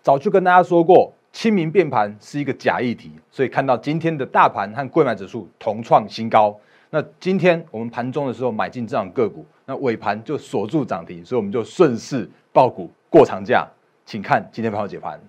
早就跟大家说过，清明变盘是一个假议题，所以看到今天的大盘和柜买指数同创新高。那今天我们盘中的时候买进这档个股，那尾盘就锁住涨停，所以我们就顺势抱股过长假。请看今天盘后解盘。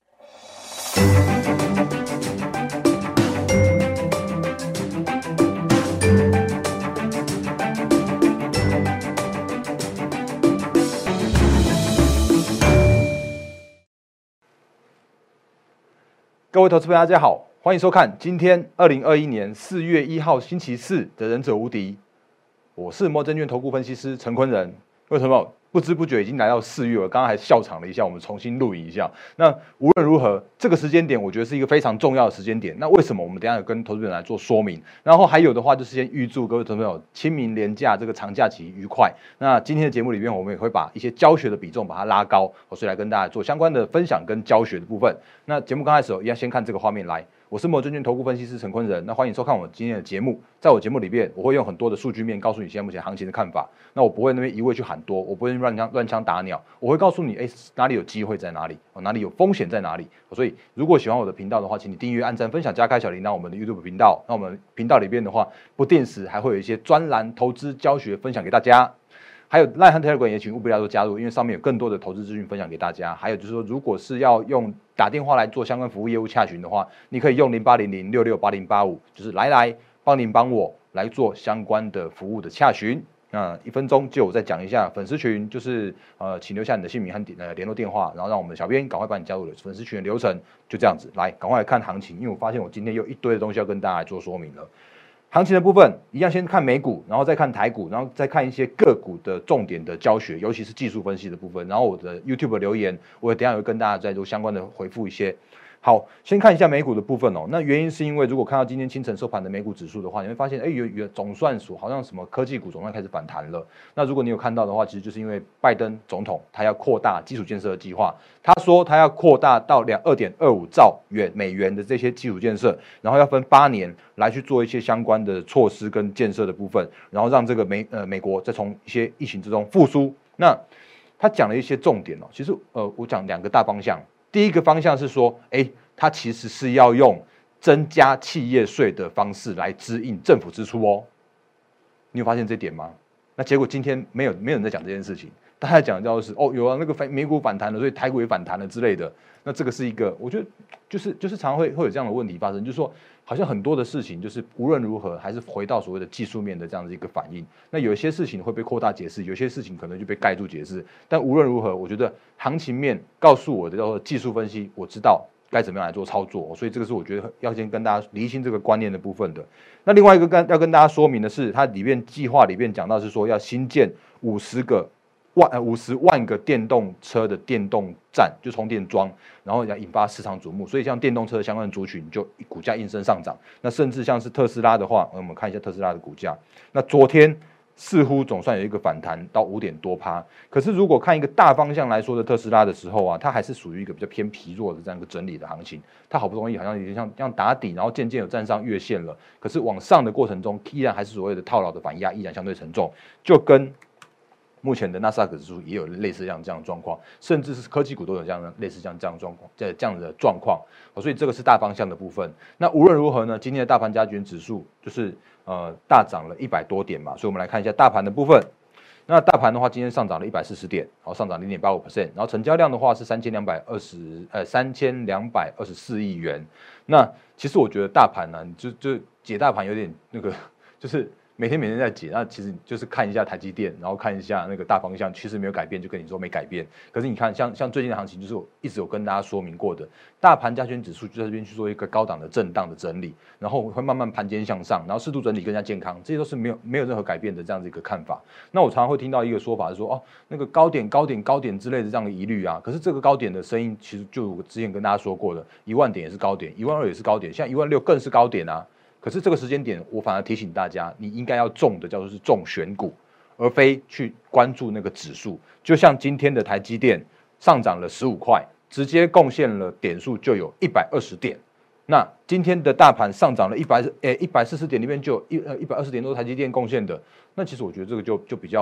各位投资朋友，大家好，欢迎收看今天2021年4月1号星期四的《忍者无敌》，我是摩证券投顾分析师陈坤仁。各位朋友，不知不觉已经来到4月了，刚刚还笑场了一下，我们重新录影一下。那无论如何，这个时间点我觉得是一个非常重要的时间点。那为什么？我们等一下有跟投资朋友来做说明。然后还有的话，就是先预祝各位投资朋友清明连假这个长假期愉快。那今天的节目里面，我们也会把一些教学的比重把它拉高，所以来跟大家做相关的分享跟教学的部分。那节目刚开始一样先看这个画面来。我是摩证券投顾分析师陈坤仁，那欢迎收看我今天的节目。在我节目里面，我会用很多的数据面告诉你现在目前行情的看法。那我不会那边一味去喊多，我不会乱枪打鸟，我会告诉你，哪里有机会在哪里，哪里有风险在哪里。所以如果喜欢我的频道的话，请你订阅、按赞、分享、加开小铃铛我们的 YouTube 频道。那我们频道里面的话，不定时还会有一些专栏投资教学分享给大家。还有 LINE 和 Telegram 也请务必要做加入，因为上面有更多的投资资讯分享给大家。还有就是说，如果是要用打电话来做相关服务业务洽询的话，你可以用0800668085，就是来帮我来做相关的服务的洽询。那1分钟就我再讲一下粉丝群，就是请留下你的姓名和联络电话，然后让我们的小编赶快帮你加入粉丝群的流程，就这样子。来，赶快来看行情，因为我发现我今天又一堆的东西要跟大家来做说明了。行情的部分一样，先看美股，然后再看台股，然后再看一些个股的重点的教学，尤其是技术分析的部分。然后我的 YouTube 留言，我等一下会跟大家再做相关的回复一些。好，先看一下美股的部分哦。那原因是因为如果看到今天清晨收盘的美股指数的话，你会发现，有总算数好像什么科技股总算开始反弹了。那如果你有看到的话，其实就是因为拜登总统他要扩大基础建设的计划，他说他要扩大到2.25兆美元的这些基础建设，然后要分8年来去做一些相关的措施跟建设的部分，然后让这个美国再从一些疫情之中复苏。那他讲了一些重点哦，其实我讲2个大方向。第一个方向是说，它其实是要用增加企业税的方式来支应政府支出哦。你有发现这点吗？那结果今天没有人在讲这件事情，大家讲的叫做是有啊，那个美股反弹了，所以台股也反弹了之类的。那这个是一个，我觉得就是常常会有这样的问题发生，就是说好像很多的事情就是无论如何还是回到所谓的技术面的这样的一个反应。那有一些事情会被扩大解释，有些事情可能就被盖住解释。但无论如何，我觉得行情面告诉我的叫做技术分析，我知道该怎么样来做操作，所以这个是我觉得要先跟大家厘清这个观念的部分的。那另外一个要跟大家说明的是，它里面计划里面讲到是说要新建50万个电动车的电动站，就充电桩，然后要引发市场瞩目，所以像电动车相关的族群就股价应声上涨。那甚至像是特斯拉的话，我们看一下特斯拉的股价，那昨天似乎总算有一个反弹到5%多，可是如果看一个大方向来说的特斯拉的时候啊，它还是属于一个比较偏疲弱的这样一个整理的行情。它好不容易好像有点像打底，然后渐渐有站上月线了，可是往上的过程中依然还是所谓的套牢的反压，依然相对沉重，就跟目前的纳斯达克指数也有类似这样的状况，甚至是科技股都有类似这样的状况，这样的状况，所以这个是大方向的部分。那无论如何呢，今天的大盘加权指数就是大涨了100多点嘛，所以我们来看一下大盘的部分。那大盘的话，今天上涨了140点，好，上涨0.85%，然后成交量的话是3224亿元。那其实我觉得大盘呢，就解大盘有点那个，就是每天在解，那其实就是看一下台积电，然后看一下那个大方向，趋势没有改变，就跟你说没改变。可是你看，像最近的行情，就是我一直有跟大家说明过的，大盘加权指数就在这边去做一个高档的震荡的整理，然后会慢慢盘间向上，然后适度整理更加健康，这些都是没有任何改变的这样子一个看法。那我常常会听到一个说法是说，那个高点之类的这样的疑虑啊，可是这个高点的声音，其实就我之前跟大家说过的，1万点也是高点，12000也是高点，现在16000更是高点啊。可是这个时间点，我反而提醒大家，你应该要重的叫做是重选股，而非去关注那个指数。就像今天的台积电上涨了15块，直接贡献了点数就有120点。那今天的大盘上涨了140点，里面就有120点都是台积电贡献的。那其实我觉得这个就比较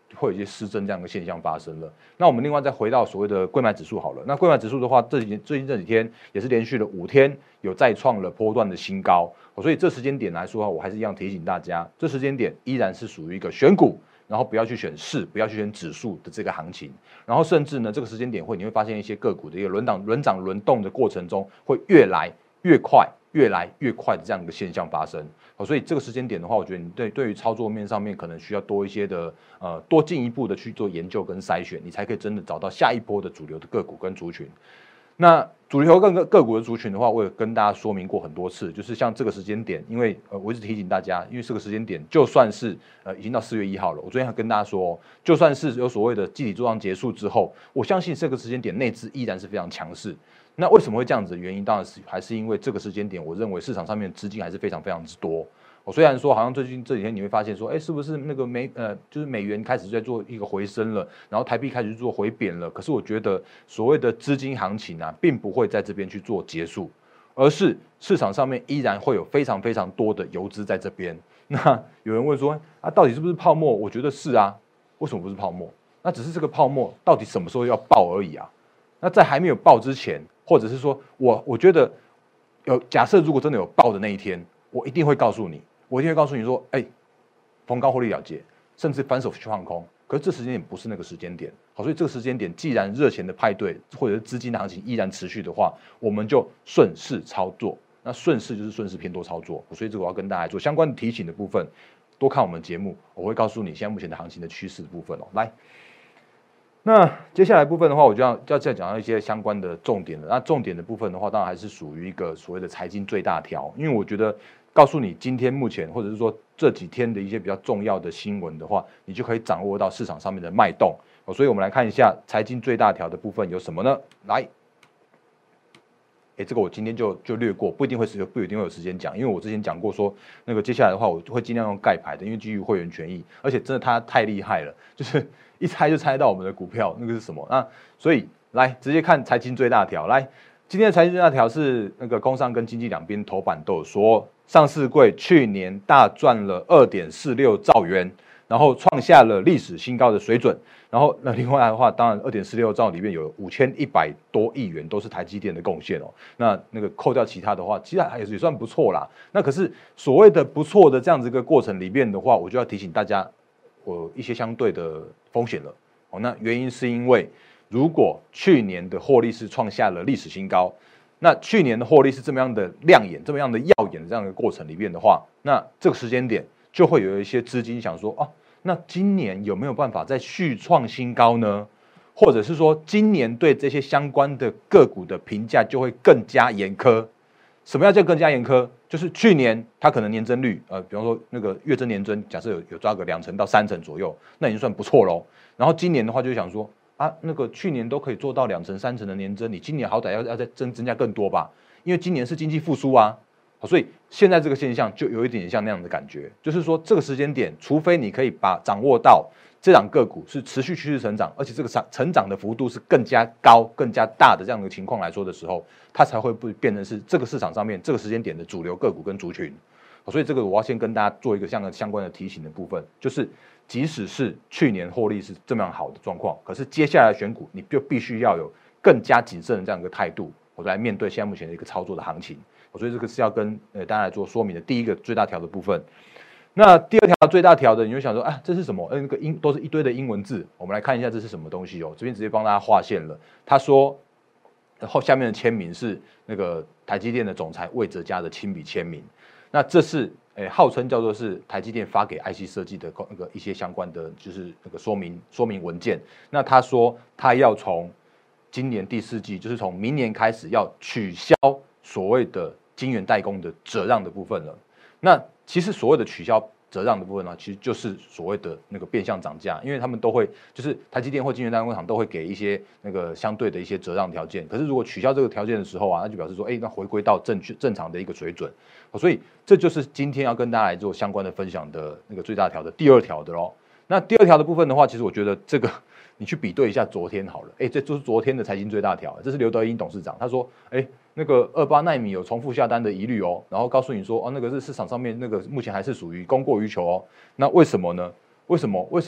会有一些失真这样的现象发生了。那我们另外再回到所谓的柜买指数好了，那柜买指数的话，最近这几天也是连续了5天有再创了波段的新高，所以这时间点来说，我还是一样提醒大家，这时间点依然是属于一个选股，然后不要去选市，不要去选指数的这个行情，然后甚至呢，这个时间点你会发现一些个股的一个轮涨轮动的过程中，会越来越快的这样一个现象发生。所以这个时间点的话，我觉得你对于操作面上面可能需要多一些的多进一步的去做研究跟筛选，你才可以真的找到下一波的主流的个股跟族群。那主流个股的族群的话，我也跟大家说明过很多次，就是像这个时间点，因为我一直提醒大家，因为这个时间点就算是已经到4月1号了，我昨天还跟大家说，就算是有所谓的季底作战结束之后，我相信这个时间点内资依然是非常强势。那为什么会这样子的原因，当然是还是因为这个时间点，我认为市场上面的资金还是非常非常之多。虽然说好像最近这几天你会发现说，是不是那个就是美元开始在做一个回升了，然后台币开始做回贬了？可是我觉得所谓的资金行情啊，并不会在这边去做结束，而是市场上面依然会有非常非常多的游资在这边。那有人问说，到底是不是泡沫？我觉得是啊，为什么不是泡沫？那只是这个泡沫到底什么时候要爆而已啊？那在还没有爆之前，或者是说我觉得假设如果真的有爆的那一天，我一定会告诉你。我一定会告诉你说，逢高获利了结，甚至反手去放空。可是这时间点不是那个时间点，好，所以这个时间点既然热钱的派对或者是资金的行情依然持续的话，我们就顺势操作。那顺势就是顺势偏多操作，所以这个我要跟大家做相关的提醒的部分，多看我们节目，我会告诉你现在目前的行情的趋势的部分哦。来，那接下来部分的话，我就要再讲到一些相关的重点了。那重点的部分的话，当然还是属于一个所谓的财经最大条，因为我觉得。告诉你今天目前或者是说这几天的一些比较重要的新闻的话，你就可以掌握到市场上面的脉动。所以我们来看一下财经最大条的部分有什么呢？来，这个我今天就略过，不一定会有时间讲，因为我之前讲过说那个接下来的话我会尽量用盖牌的，因为基于会员权益，而且真的他太厉害了，就是一猜就猜到我们的股票那个是什么。那所以来直接看财经最大条来。今天的财经最大条是那个工商跟经济两边头版都有说，上市柜去年大赚了2.46兆元，然后创下了历史新高的水准。然后那另外的话，当然2.46兆里面有5100多亿元都是台积电的贡献哦。那个扣掉其他的话，其实也算不错啦。那可是所谓的不错的这样子一个过程里面的话，我就要提醒大家，一些相对的风险了。那原因是因为。如果去年的获利是创下了历史新高，那去年的获利是这么样的亮眼、这么样的耀眼的这样一个过程里面的话，那这个时间点就会有一些资金想说，那今年有没有办法再续创新高呢？或者是说，今年对这些相关的个股的评价就会更加严苛。什么叫更加严苛？就是去年它可能年增率，比方说那个月增年增，假设有抓个2成到3成左右，那已经算不错喽。然后今年的话，就想说。那个去年都可以做到2成3成的年增，你今年好歹要再增加更多吧？因为今年是经济复苏啊，所以现在这个现象就有一点像那样的感觉，就是说这个时间点，除非你可以掌握到这档个股是持续趋势成长，而且这个成长的幅度是更加高、更加大的这样的情况来说的时候，它才会变成是这个市场上面这个时间点的主流个股跟族群。所以这个我要先跟大家做一个相关的提醒的部分，就是即使是去年获利是这么样好的状况，可是接下来选股你就必须要有更加谨慎的这样一个态度，来面对现在目前的一个操作的行情。所以这个是要跟大家来做说明的第一个最大条的部分。那第二条最大条的，你就想说这是什么？那个都是一堆的英文字，我们来看一下这是什么东西哦。这边直接帮大家划线了。他说，下面的签名是那个台积电的总裁魏哲家的亲笔签名。那这是号称叫做是台积电发给 IC 设计的那个一些相关的就是那个说明文件。那他说他要从今年第4季，就是从明年开始要取消所谓的晶圆代工的折让的部分了。那其实所谓的取消折让的部分呢，其实就是所谓的那个变相涨价，因为他们都会就是台积电或晶圆代工厂都会给一些那个相对的一些折让条件。可是如果取消这个条件的时候那就表示说，那回归到正常的一个水准。所以这就是今天要跟大家来做相关的分享的那个最大条的第2条的咯。那第2条的部分的话，其实我觉得这个你去比对一下昨天好了，这就是昨天的财经最大条，这是刘德英董事长他说，那个28奈米有重复下单的疑虑哦，然后告诉你说，那个是市场上面那个目前还是属于供过于求哦。那为什么呢？为什么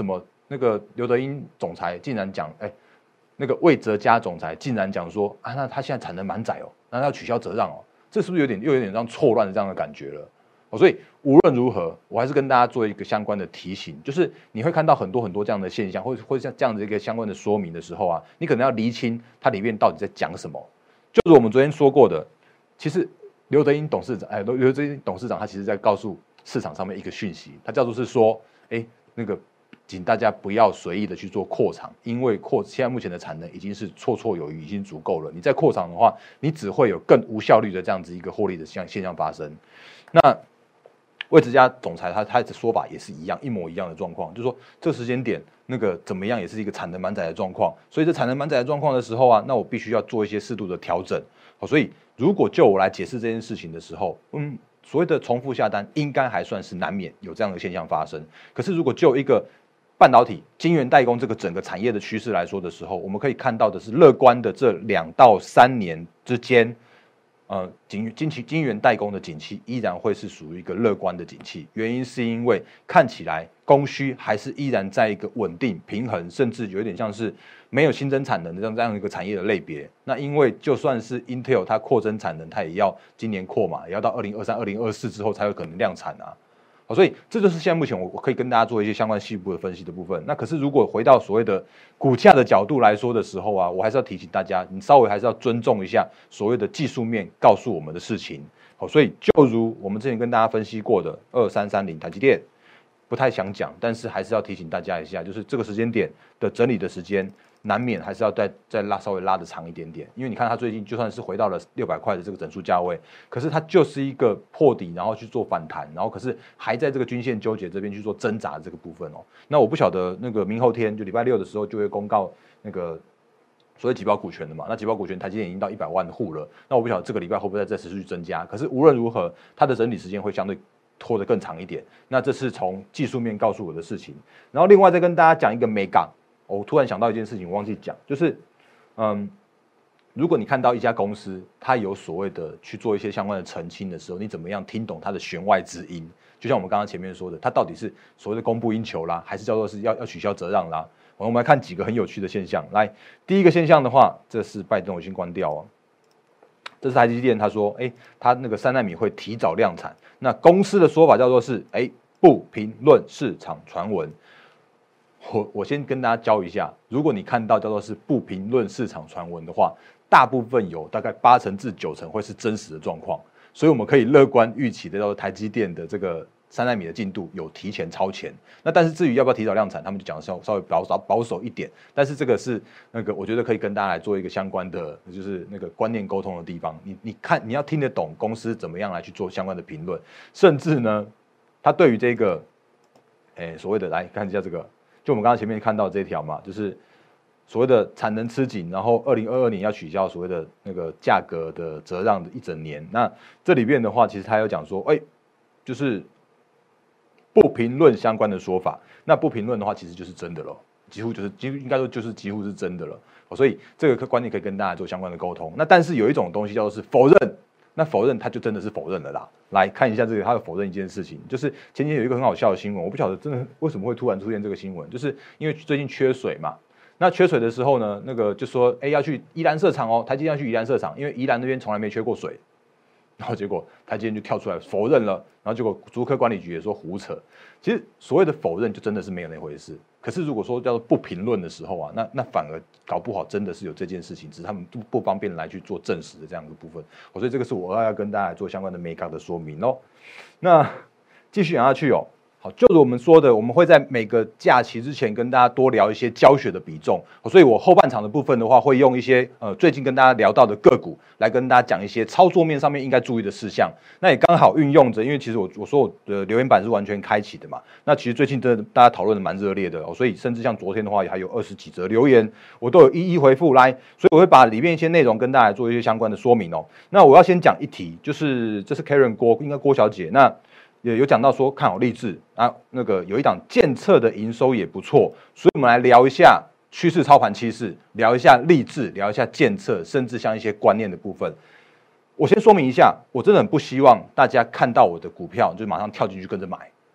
那个刘德英总裁竟然讲，那个魏哲家总裁竟然讲说啊，那他现在产能满载哦，那要取消折让哦，这是不是又有点让错乱的这样的感觉了？所以无论如何，我还是跟大家做一个相关的提醒，就是你会看到很多这样的现象，或者像这样的一个相关的说明的时候啊，你可能要厘清它里面到底在讲什么。就是我们昨天说过的，其实刘德英董事长他其实在告诉市场上面一个讯息，他叫做是说，那个请大家不要随意的去做扩厂，因为现在目前的产能已经是绰绰有余，已经足够了。你再扩厂的话，你只会有更无效率的这样子一个获利的现象发生。那魏哲家总裁他的说法也是一模一样的状况，就是说这个时间点那个怎么样也是一个产能满载的状况，所以这产能满载的状况的时候啊，那我必须要做一些适度的调整。所以如果就我来解释这件事情的时候，所谓的重复下单应该还算是难免有这样的现象发生。可是如果就一个半导体晶圆代工这个整个产业的趋势来说的时候，我们可以看到的是乐观的这2到3年之间。晶圆代工的景气依然会是属于一个乐观的景气，原因是因为看起来供需还是依然在一个稳定平衡，甚至有一点像是没有新增产能的这样一个产业的类别。那因为就算是 Intel 它扩增产能，它也要今年扩嘛，也要到2023、2024之后才有可能量产啊。所以这就是现在目前我可以跟大家做一些相关细部的分析的部分。那可是如果回到所谓的股价的角度来说的时候啊，我还是要提醒大家，你稍微还是要尊重一下所谓的技术面告诉我们的事情。所以就如我们之前跟大家分析过的2330台积电，不太想讲，但是还是要提醒大家一下，就是这个时间点的整理的时间，难免还是要再稍微拉得长一点点，因为你看它最近就算是回到了600块的这个整数价位，可是它就是一个破底，然后去做反弹，然后可是还在这个均线纠结这边去做挣扎的这个部分哦。那我不晓得那个明后天就礼拜6的时候就会公告那个所谓集保股权的嘛，那集保股权台积电已经到100万户了，那我不晓得这个礼拜会不会再持续增加，可是无论如何，它的整理时间会相对拖得更长一点。那这是从技术面告诉我的事情，然后另外再跟大家讲一个美港。我突然想到一件事情，我忘记讲，就是，如果你看到一家公司，它有所谓的去做一些相关的澄清的时候，你怎么样听懂它的弦外之音？就像我们刚刚前面说的，它到底是所谓的供不应求啦，还是叫做是要取消折让啦？我们来看几个很有趣的现象。来，第一个现象的话，这是拜登我先关掉哦。这是台积电，他说，他那个3奈米会提早量产。那公司的说法叫做是，不评论市场传闻。我先跟大家教一下，如果你看到叫做是不评论市场传闻的话，大部分有大概8成至9成会是真实的状况，所以我们可以乐观预期的叫做台积电的这个3奈米的进度有提前超前。那但是至于要不要提早量产，他们就讲的稍微保守一点，但是这个是那个我觉得可以跟大家来做一个相关的，就是那个观念沟通的地方。你看你要听得懂公司怎么样来去做相关的评论，甚至呢，他对于这个所谓的来看一下这个。就我们刚刚前面看到这条嘛，就是所谓的产能吃紧，然后2022年要取消所谓的那个价格的折让的1整年。那这里面的话，其实他有讲说，就是不评论相关的说法。那不评论的话，其实就是真的了，几乎应该说就是几乎是真的了。所以这个观念可以跟大家做相关的沟通。那但是有一种东西叫做是否认。那否认，他就真的是否认了啦。来看一下这个，他有否认一件事情，就是前天有一个很好笑的新闻，我不晓得真的为什么会突然出现这个新闻，就是因为最近缺水嘛。那缺水的时候呢，那个就说，要去宜兰设厂哦，台积电要去宜兰设厂，因为宜兰那边从来没缺过水。然后结果台积电就跳出来否认了，然后结果竹科管理局也说胡扯。其实所谓的否认，就真的是没有那回事。可是如果说叫做不评论的时候啊，那反而搞不好真的是有这件事情，只是他们不方便来去做证实的这样一个部分。所以这个是我要跟大家做相关的美感的说明哦。那继续讲下去哦。好，就是我们说的，我们会在每个假期之前跟大家多聊一些教学的比重，所以我后半场的部分的话，会用一些最近跟大家聊到的个股来跟大家讲一些操作面上面应该注意的事项。那也刚好运用着，因为其实我说我的留言板是完全开启的嘛，那其实最近真的大家讨论的蛮热烈的所以甚至像昨天的话，也还有20几则留言，我都有一一回复来，所以我会把里面一些内容跟大家做一些相关的说明哦。那我要先讲一题，就是这是 Karen 应该郭小姐那。也有讲到说看好励志啊，那个有一档建策的营收也不错，所以我们来聊一下趋势操盘趋势，聊一下励志，聊一下建策，甚至像一些观念的部分。我先说明一下，我真的很不希望大家看到我的股票就马上跳进去跟着买。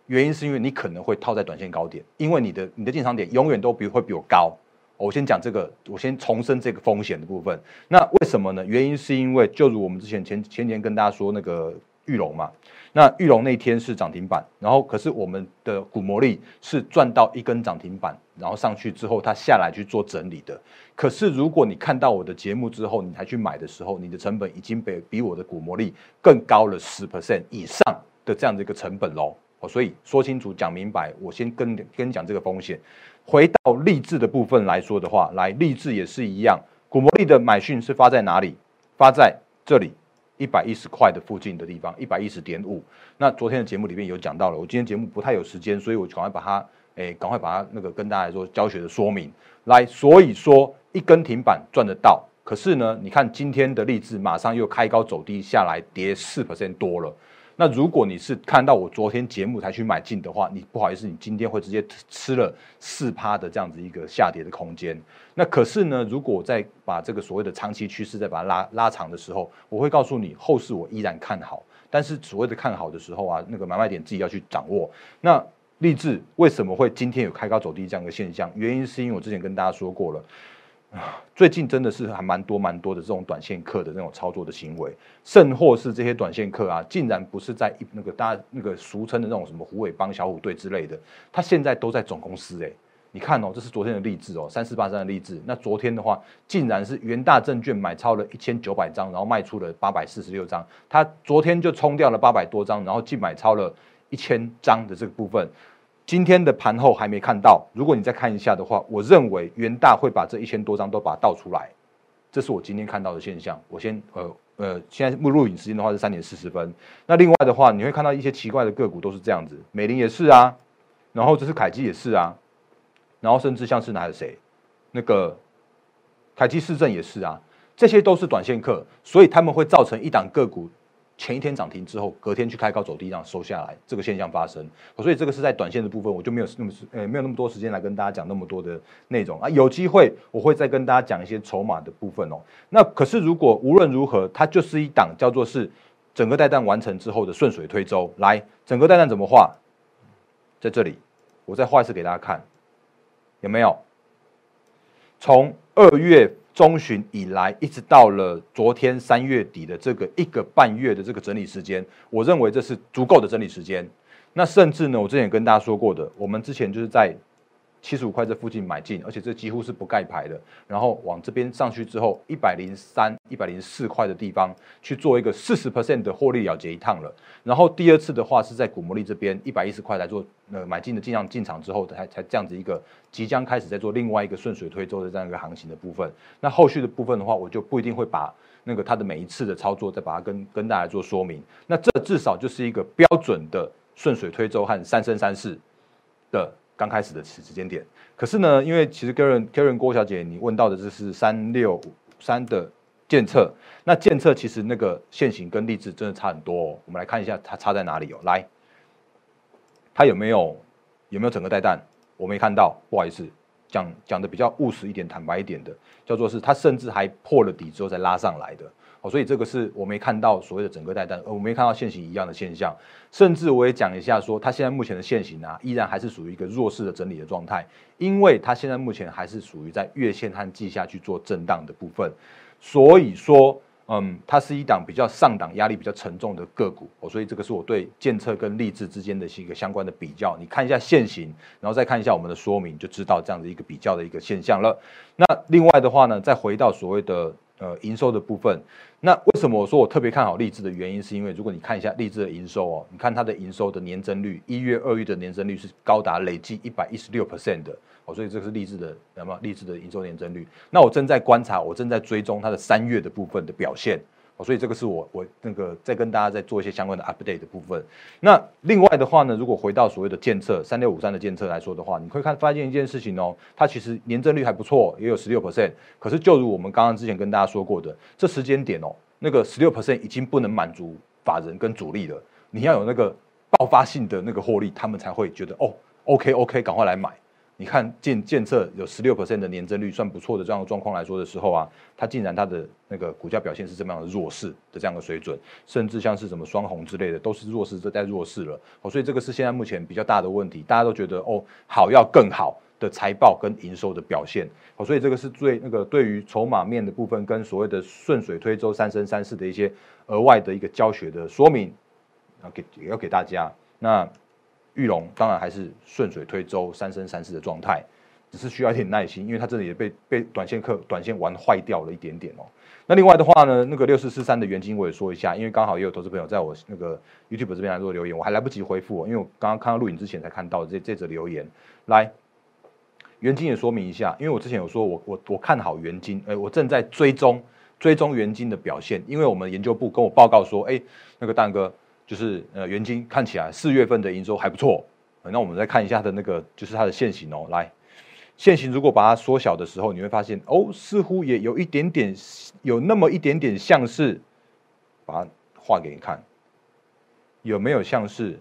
原因是因为你可能会套在短线高点，因为你的进场点永远都会比我高。我先讲这个，我先重申这个风险的部分。那为什么呢？原因是因为就如我们之前前年跟大家说那个裕隆嘛，那裕隆那天是涨停板，然后可是我们的股魔力是赚到一根涨停板，然后上去之后它下来去做整理的。可是如果你看到我的节目之后，你才去买的时候，你的成本已经比我的股魔力更高了10% 以上的这样的一个成本喽。所以说清楚讲明白，我先跟你讲这个风险。回到励志的部分来说的话，来励志也是一样，股魔力的买讯是发在哪里？发在这里110块的附近的地方，110.5。那昨天的节目里面有讲到了，我今天节目不太有时间，所以我赶快把它那个跟大家来说教学的说明。来，所以说一根停板赚得到，可是呢，你看今天的励志马上又开高走低下来，跌4% 多了。那如果你是看到我昨天节目才去买进的话，你不好意思，你今天会直接吃了4%的这样子一个下跌的空间。那可是呢，如果我再把这个所谓的长期趋势再把它拉长的时候，我会告诉你后市我依然看好。但是所谓的看好的时候啊，那个买卖点自己要去掌握。那励志为什么会今天有开高走低这样一个现象？原因是因为我之前跟大家说过了。最近真的是还蛮多的这种短线客的那种操作的行为，甚或是这些短线客啊，竟然不是在那个大家那个俗称的那种什么虎尾帮、小虎队之类的，他现在都在总公司你看哦，这是昨天的励志哦，3483的励志。那昨天的话，竟然是元大证券买超了1900张，然后卖出了846张，他昨天就冲掉了800多张，然后净买超了1000张的这个部分。今天的盘后还没看到，如果你再看一下的话，我认为元大会把这1000多张都把它倒出来，这是我今天看到的现象。我先现在录影时间的话是3点40分。那另外的话，你会看到一些奇怪的个股都是这样子，美林也是啊，然后这是凯基也是啊，然后甚至像是哪有谁，那个凯基市政也是啊，这些都是短线客，所以他们会造成一档个股。前一天涨停之后，隔天去开高走低，这样收下来，这个现象发生，所以这个是在短线的部分，我就没有那么多时间来跟大家讲那么多的内容啊。有机会我会再跟大家讲一些筹码的部分哦。那可是如果无论如何，它就是一档叫做是整个带弹完成之后的顺水推舟。来，整个带弹怎么画？在这里，我再画一次给大家看，有没有？从2月中旬以来，一直到了昨天3月底的这个1个半月的这个整理时间，我认为这是足够的整理时间。那甚至呢，我之前也跟大家说过的，我们之前就是在75块这附近买进，而且这几乎是不盖牌的，然后往这边上去之后，103、104块的地方去做一个40% 的获利了结一趟了。然后第二次的话是在股魔力这边110块来做买进的尽量进场之后，才这样子一个即将开始在做另外一个顺水推舟的这样一个行情的部分。那后续的部分的话，我就不一定会把那个它的每一次的操作再把它跟大家做说明。那这至少就是一个标准的顺水推舟和三生三世的刚开始的时间点。可是呢，因为其实 Karen 郭小姐你问到的这是3653的建测，那建测其实那个线型跟励志真的差很多哦。我们来看一下它差在哪里哦。来，它有没有整个带弹？我没看到，不好意思，讲的比较务实一点、坦白一点的，叫做是它甚至还破了底之后再拉上来的。所以这个是我没看到所谓的整个带弹，我没看到线型一样的现象，甚至我也讲一下说，它现在目前的线型啊，依然还是属于一个弱势的整理的状态，因为它现在目前还是属于在月线和季下去做震荡的部分，所以说，它是一档比较上档压力比较沉重的个股，所以这个是我对建测跟励志之间的一个相关的比较，你看一下线型，然后再看一下我们的说明，就知道这样的一个比较的一个现象了。那另外的话呢，再回到所谓的营收的部分，那为什么我说我特别看好励志的原因，是因为如果你看一下励志的营收哦，你看它的营收的年增率，1月、2月的年增率是高达累计116%的所以这是励志的励志的营收年增率。那我正在观察，我正在追踪它的3月的部分的表现所以这个是我那个在跟大家在做一些相关的 update 的部分。那另外的话呢，如果回到所谓的建测3653的建测来说的话，你会发现一件事情哦，它其实年增率还不错，也有16%。可是就如我们刚刚之前跟大家说过的，这时间点哦，那个16% 已经不能满足法人跟主力了，你要有那个爆发性的那个获利，他们才会觉得哦 OK， 赶快来买你看建策有16% 的年增率，算不错的这样的状况来说的时候啊，它竟然它的那个股价表现是这么样的弱势的这样的水准，甚至像是什么双红之类的，都是弱势在弱势了。所以这个是现在目前比较大的问题，大家都觉得好要更好的财报跟营收的表现。所以这个是对于筹码面的部分跟所谓的顺水推舟三生三世的一些额外的一个教学的说明，也要给大家。那裕隆当然还是顺水推舟三生三世的状态，只是需要一点耐心，因为它这里也被短线玩坏掉了一点点哦。那另外的话呢，那个6443的原金我也说一下，因为刚好也有投资朋友在我那个 YouTube 这边来做留言，我还来不及回复因为我刚刚看到录影之前才看到这则留言。来，原金也说明一下，因为我之前有说我看好原金，我正在追踪原金的表现，因为我们研究部跟我报告说，那个蛋哥。就是元晶看起来4月份的营收还不错，那我们再看一下它的那个就是它的线型哦，来，线型如果把它缩小的时候，你会发现似乎也有那么一点点像是，把它画给你看，有没有像是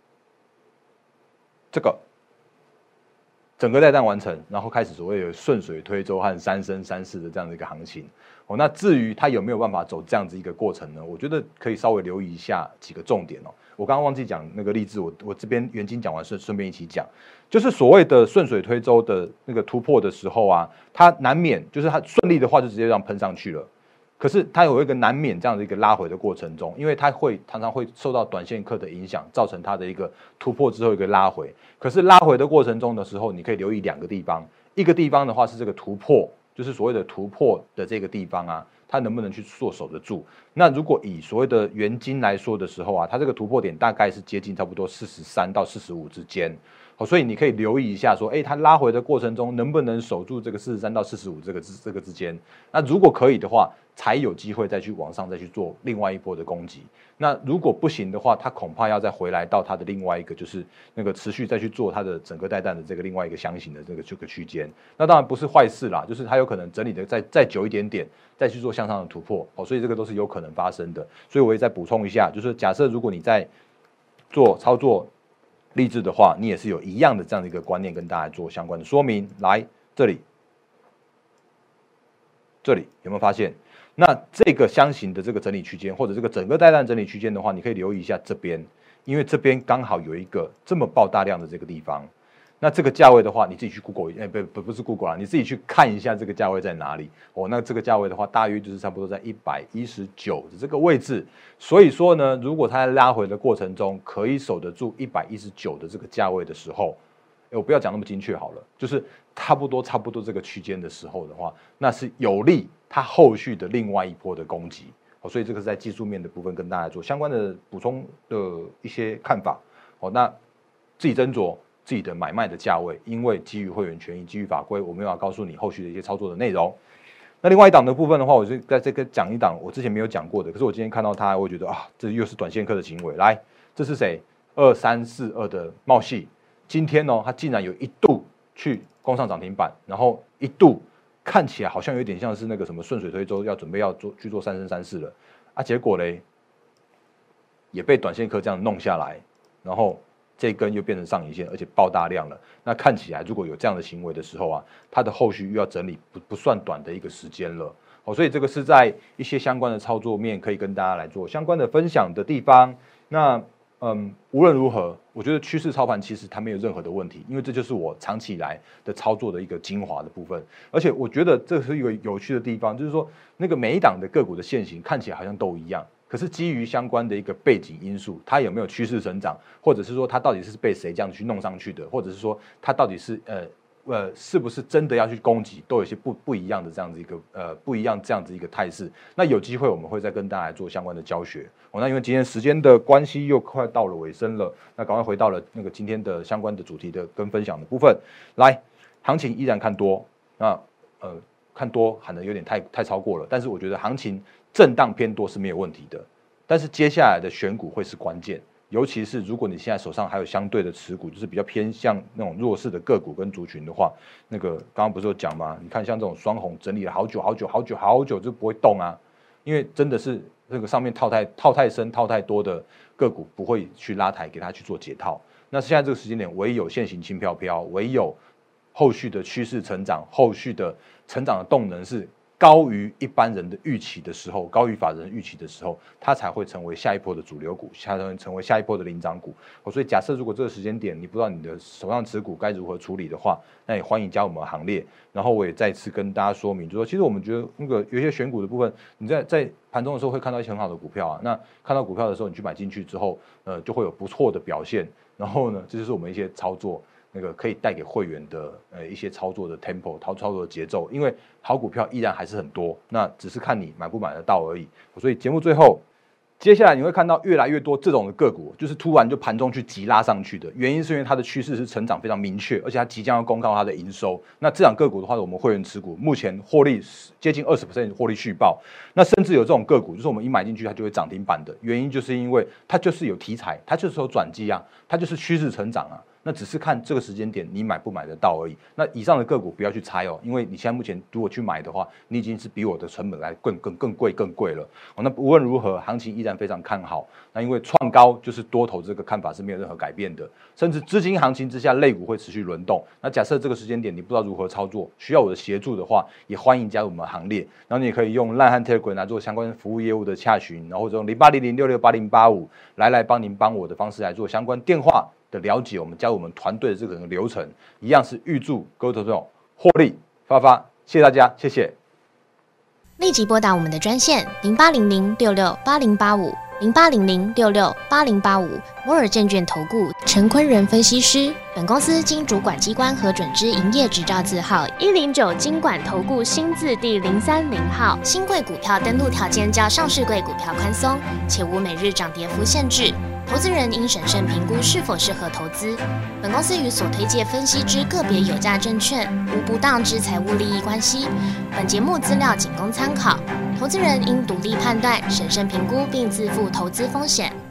这个整个带弹完成，然后开始所谓的顺水推舟和三生三世的这样的一个行情。那至于它有没有办法走这样子一个过程呢？我觉得可以稍微留意一下几个重点哦。我刚刚忘记讲那个例子，我这边原金讲完顺便一起讲，就是所谓的顺水推舟的那个突破的时候啊，它难免就是它顺利的话就直接这样喷上去了。可是它有一个难免这样的一个拉回的过程中，因为它常常会受到短线客的影响，造成它的一个突破之后一个拉回。可是拉回的过程中的时候，你可以留意2个地方，一个地方的话是这个突破。就是所谓的突破的这个地方啊，它能不能去守得住？那如果以所谓的原金来说的时候啊，它这个突破点大概是接近差不多43到45之间，所以你可以留意一下说，它拉回的过程中能不能守住这个43到45这个之间？那如果可以的话，才有机会再去往上再去做另外一波的攻击。那如果不行的话，它恐怕要再回来到它的另外一个，就是那个持续再去做它的整个带弹的这个另外一个箱型的这个区间。那当然不是坏事啦，就是它有可能整理的再久一点点，再去做向上的突破。所以这个都是有可能发生的。所以我也再补充一下，就是假设如果你在做操作励志的话，你也是有一样的这样的一个观念跟大家做相关的说明。来，这里有没有发现？那这个箱型的这个整理区间，或者这个整个带弹整理区间的话，你可以留意一下这边，因为这边刚好有一个这么爆大量的这个地方。那这个价位的话，你自己去 Google， 不是 Google 啦，你自己去看一下这个价位在哪里那这个价位的话，大约就是差不多在119的这个位置。所以说呢，如果它在拉回的过程中可以守得住119的这个价位的时候，我不要讲那么精确好了，就是差不多这个区间的时候的话，那是有利它后续的另外一波的攻击。所以这个是在技术面的部分跟大家做相关的补充的一些看法。那自己斟酌自己的买卖的价位，因为基于会员权益、基于法规，我没有告诉你后续的一些操作的内容。那另外一档的部分的话，我就在这个讲一档我之前没有讲过的，可是我今天看到它，我会觉得这又是短线客的行为。来，这是谁？2342的茂系。今天它竟然有一度去攻上涨停板，然后一度看起来好像有点像是那个什么顺水推舟，准备去做三生三世了结果嘞也被短线客这样弄下来，然后这根又变成上影线，而且爆大量了。那看起来如果有这样的行为的时候啊，它的后续又要整理不算短的一个时间了所以这个是在一些相关的操作面可以跟大家来做相关的分享的地方。那无论如何，我觉得趋势操盘其实它没有任何的问题，因为这就是我长期以来的操作的一个精华的部分。而且我觉得这是一个有趣的地方，就是说那个每一档的个股的线型看起来好像都一样，可是基于相关的一个背景因素，它有没有趋势成长，或者是说它到底是被谁这样去弄上去的，或者是说它到底是是不是真的要去攻击，都有一些不一样的这样子一个不一样这样子一个态势。那有机会我们会再跟大家来做相关的教学那因为今天时间的关系又快到了尾声了，那赶快回到了那个今天的相关的主题的跟分享的部分。来，行情依然看多，那看多喊的有点太超过了，但是我觉得行情震荡偏多是没有问题的，但是接下来的选股会是关键。尤其是如果你现在手上还有相对的持股，就是比较偏向那种弱势的个股跟族群的话，那个刚刚不是有讲吗？你看像这种双红整理了好久就不会动啊，因为真的是这个上面套太深、套太多的个股不会去拉抬给它去做解套。那现在这个时间点，唯有现行轻飘飘，唯有后续的趋势成长，后续的成长的动能是高于一般人的预期的时候，高于法人预期的时候，它才会成为下一波的主流股，才会成为下一波的领涨股。所以假设如果这个时间点你不知道你的手上持股该如何处理的话，那也欢迎加入我们的行列。然后我也再次跟大家说明，就是说其实我们觉得那个有一些选股的部分，你在盘中的时候会看到一些很好的股票啊，那看到股票的时候你去买进去之后，就会有不错的表现。然后呢，这就是我们一些操作。那个可以带给会员的一些操作的 tempo， 操作的节奏，因为好股票依然还是很多，那只是看你买不买得到而已。所以节目最后，接下来你会看到越来越多这种的个股，就是突然就盘中去急拉上去的，原因是因为它的趋势是成长非常明确，而且它即将要公告它的营收。那这档个股的话，我们会员持股目前获利接近20%获利续报，那甚至有这种个股，就是我们一买进去它就会涨停板的，原因就是因为它就是有题材，它就是有转机啊，它就是趋势成长啊。那只是看这个时间点你买不买得到而已。那以上的个股不要去猜哦，因为你现在目前如果去买的话，你已经是比我的成本来更贵了。那无论如何，行情依然非常看好。那因为创高就是多头这个看法是没有任何改变的，甚至资金行情之下，类股会持续轮动。那假设这个时间点你不知道如何操作，需要我的协助的话，也欢迎加入我们的行列。然后你也可以用LINE和 Telegram 来做相关服务业务的洽询，然后或者用0800668085来帮我的方式来做相关电话的了解，我们加入我们团队的这个流程，一样是预祝各位投资者获利发发，谢谢大家，谢谢。 立即拨打我们的专线08006680850800668085摩尔证券投顾陈坤仁分析师。本公司经主管机关核准之营业执照字号109金管投顾新字第030号。新贵股票登录条件较上市贵股票宽松，且无每日涨跌幅限制。投资人应审慎评估是否适合投资。本公司与所推介分析之个别有价证券无不当之财务利益关系。本节目资料仅供参考，投资人应独立判断、审慎评估并自负投资风险。